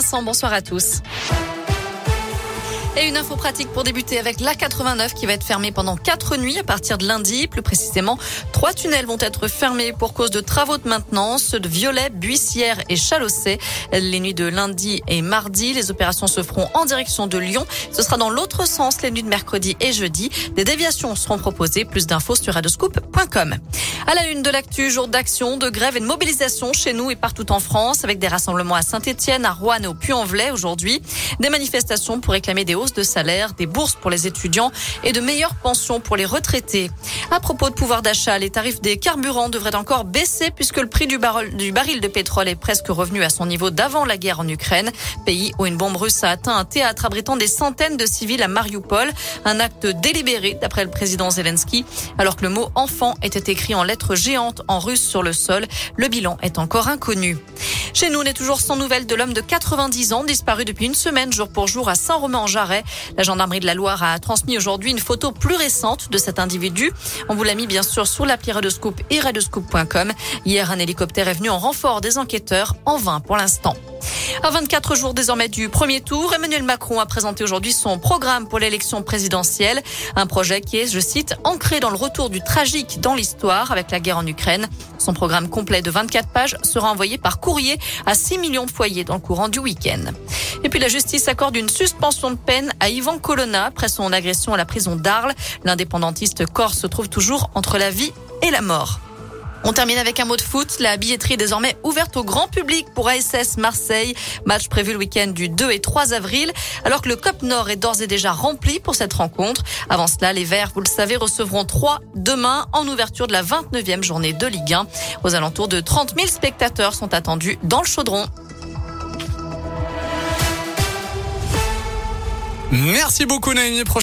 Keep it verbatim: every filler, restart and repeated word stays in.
Vincent, bonsoir à tous. Et une info pratique pour débuter avec l'A quatre-vingt-neuf qui va être fermée pendant quatre nuits à partir de lundi. Plus précisément, trois tunnels vont être fermés pour cause de travaux de maintenance, ceux de Violet, Buissière et Chalossé. Les nuits de lundi et mardi, les opérations se feront en direction de Lyon. Ce sera dans l'autre sens les nuits de mercredi et jeudi. Des déviations seront proposées. Plus d'infos sur radioscoop point com. À la une de l'actu, jour d'action, de grève et de mobilisation chez nous et partout en France, avec des rassemblements à Saint-Étienne, à Roanne et au Puy-en-Velay aujourd'hui. Des manifestations pour réclamer des hausses de salaire, des bourses pour les étudiants et de meilleures pensions pour les retraités. À propos de pouvoir d'achat, les tarifs des carburants devraient encore baisser puisque le prix du baril, du baril de pétrole est presque revenu à son niveau d'avant la guerre en Ukraine, pays où une bombe russe a atteint un théâtre abritant des centaines de civils à Mariupol. Un acte délibéré d'après le président Zelensky, alors que le mot enfant était écrit en lettres géantes en russe sur le sol. Le bilan est encore inconnu. Chez nous, on est toujours sans nouvelles de l'homme de quatre-vingt-dix ans disparu depuis une semaine jour pour jour à Saint-Romain-en-Jarret. La gendarmerie de la Loire a transmis aujourd'hui une photo plus récente de cet individu. On vous l'a mis bien sûr sur l'appli Radioscoop et radioscoop point com. Hier, un hélicoptère est venu en renfort des enquêteurs, en vain pour l'instant. À vingt-quatre jours désormais du premier tour, Emmanuel Macron a présenté aujourd'hui son programme pour l'élection présidentielle. Un projet qui est, je cite, ancré dans le retour du tragique dans l'histoire avec la guerre en Ukraine. Son programme complet de vingt-quatre pages sera envoyé par courrier à six millions de foyers dans le courant du week-end. Et puis la justice accorde une suspension de peine à Yvan Colonna après son agression à la prison d'Arles. L'indépendantiste corse se trouve toujours entre la vie et la mort. On termine avec un mot de foot. La billetterie est désormais ouverte au grand public pour A S S Marseille. Match prévu le week-end du deux et trois avril, alors que le C O P Nord est d'ores et déjà rempli pour cette rencontre. Avant cela, les Verts, vous le savez, recevront trois demain en ouverture de la vingt-neuvième journée de Ligue un. Aux alentours de trente mille spectateurs sont attendus dans le Chaudron. Merci beaucoup Naïmi.